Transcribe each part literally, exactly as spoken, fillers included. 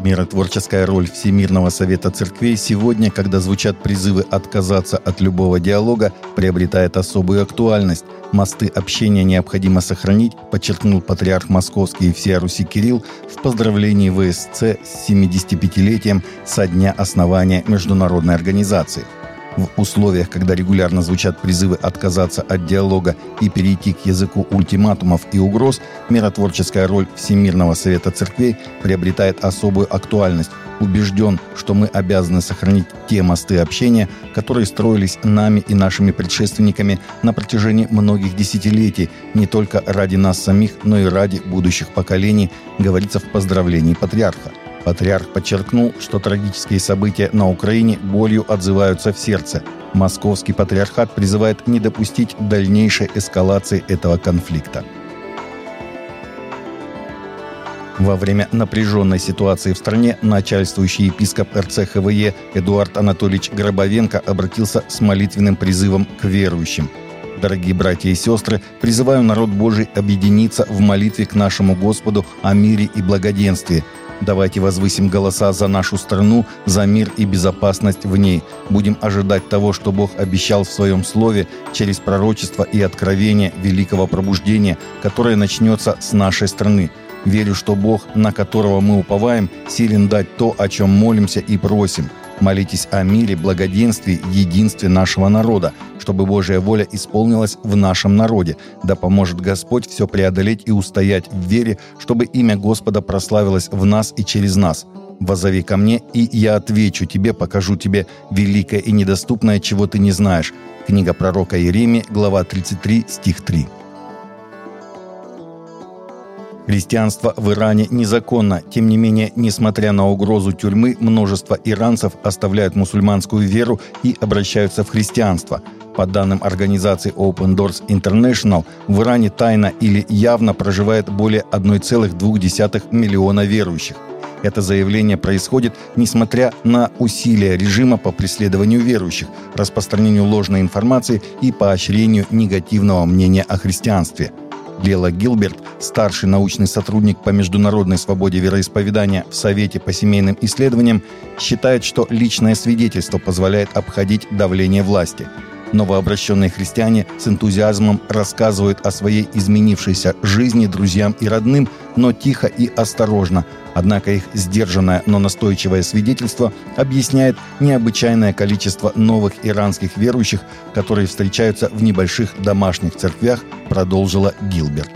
Миротворческая роль Всемирного Совета Церквей сегодня, когда звучат призывы отказаться от любого диалога, приобретает особую актуальность. Мосты общения необходимо сохранить, подчеркнул патриарх Московский и всея Руси Кирилл в поздравлении ВСЦ с семидесятипятилетием со дня основания международной организации. В условиях, когда регулярно звучат призывы отказаться от диалога и перейти к языку ультиматумов и угроз, миротворческая роль Всемирного Совета Церквей приобретает особую актуальность. Убежден, что мы обязаны сохранить те мосты общения, которые строились нами и нашими предшественниками на протяжении многих десятилетий, не только ради нас самих, но и ради будущих поколений, говорится в поздравлении патриарха. Патриарх подчеркнул, что трагические события на Украине болью отзываются в сердце. Московский патриархат призывает не допустить дальнейшей эскалации этого конфликта. Во время напряженной ситуации в стране начальствующий епископ эр цэ ха вэ е Эдуард Анатольевич Гробовенко обратился с молитвенным призывом к верующим. Дорогие братья и сестры, призываю народ Божий объединиться в молитве к нашему Господу о мире и благоденствии. Давайте возвысим голоса за нашу страну, за мир и безопасность в ней. Будем ожидать того, что Бог обещал в Своем Слове через пророчество и откровение великого пробуждения, которое начнется с нашей страны. Верю, что Бог, на которого мы уповаем, силен дать то, о чем молимся и просим. Молитесь о мире, благоденствии, единстве нашего народа, чтобы Божья воля исполнилась в нашем народе. Да поможет Господь все преодолеть и устоять в вере, чтобы имя Господа прославилось в нас и через нас. Воззови ко мне, и я отвечу тебе, покажу тебе великое и недоступное, чего ты не знаешь. Книга пророка Иеремии, глава тридцать три, стих три. Христианство в Иране незаконно. Тем не менее, несмотря на угрозу тюрьмы, множество иранцев оставляют мусульманскую веру и обращаются в христианство. По данным организации Open Doors International, в Иране тайно или явно проживает более одна целая две десятых миллиона верующих. Это заявление происходит, несмотря на усилия режима по преследованию верующих, распространению ложной информации и поощрению негативного мнения о христианстве. Лела Гилберт, старший научный сотрудник по международной свободе вероисповедания в Совете по семейным исследованиям, считает, что личное свидетельство позволяет обходить давление власти. Новообращенные христиане с энтузиазмом рассказывают о своей изменившейся жизни друзьям и родным, но тихо и осторожно. Однако их сдержанное, но настойчивое свидетельство объясняет необычайное количество новых иранских верующих, которые встречаются в небольших домашних церквях, продолжила Гилберт.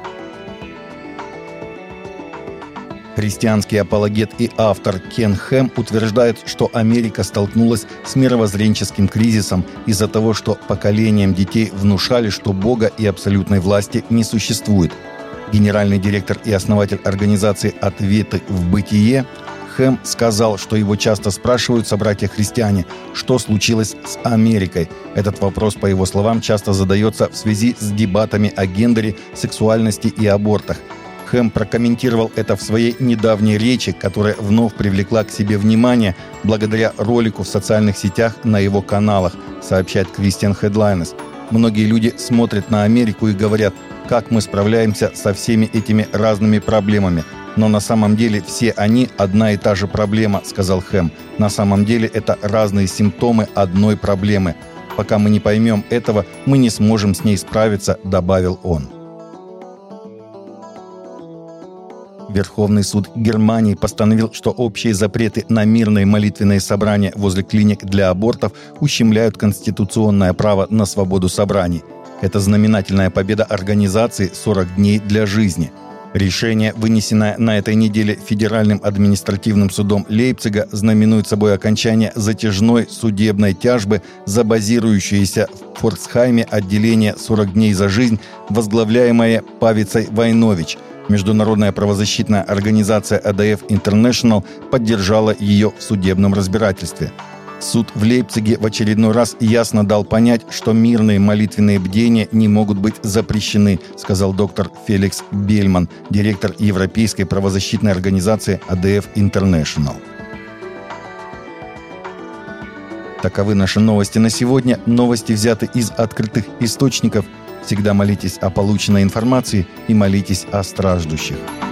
Христианский апологет и автор Кен Хэм утверждает, что Америка столкнулась с мировоззренческим кризисом из-за того, что поколениям детей внушали, что Бога и абсолютной власти не существует. Генеральный директор и основатель организации «Ответы в бытие» Хэм сказал, что его часто спрашивают собратья-христиане, что случилось с Америкой. Этот вопрос, по его словам, часто задается в связи с дебатами о гендере, сексуальности и абортах. Хэм прокомментировал это в своей недавней речи, которая вновь привлекла к себе внимание благодаря ролику в социальных сетях на его каналах, сообщает Christian Headlines. Многие люди смотрят на Америку и говорят, как мы справляемся со всеми этими разными проблемами. Но на самом деле все они одна и та же проблема, сказал Хэм. На самом деле это разные симптомы одной проблемы. Пока мы не поймем этого, мы не сможем с ней справиться, добавил он. Верховный суд Германии постановил, что общие запреты на мирные молитвенные собрания возле клиник для абортов ущемляют конституционное право на свободу собраний. Это знаменательная победа организации «сорок дней для жизни». Решение, вынесенное на этой неделе Федеральным административным судом Лейпцига, знаменует собой окончание затяжной судебной тяжбы за базирующееся в Форсхайме отделение «сорок дней за жизнь», возглавляемое Павицей Войнович. Международная правозащитная организация эй ди эф International поддержала ее в судебном разбирательстве. Суд в Лейпциге в очередной раз ясно дал понять, что мирные молитвенные бдения не могут быть запрещены, сказал доктор Феликс Бельман, директор Европейской правозащитной организации эй ди эф International. Таковы наши новости на сегодня. Новости взяты из открытых источников. Всегда молитесь о полученной информации и молитесь о страждущих.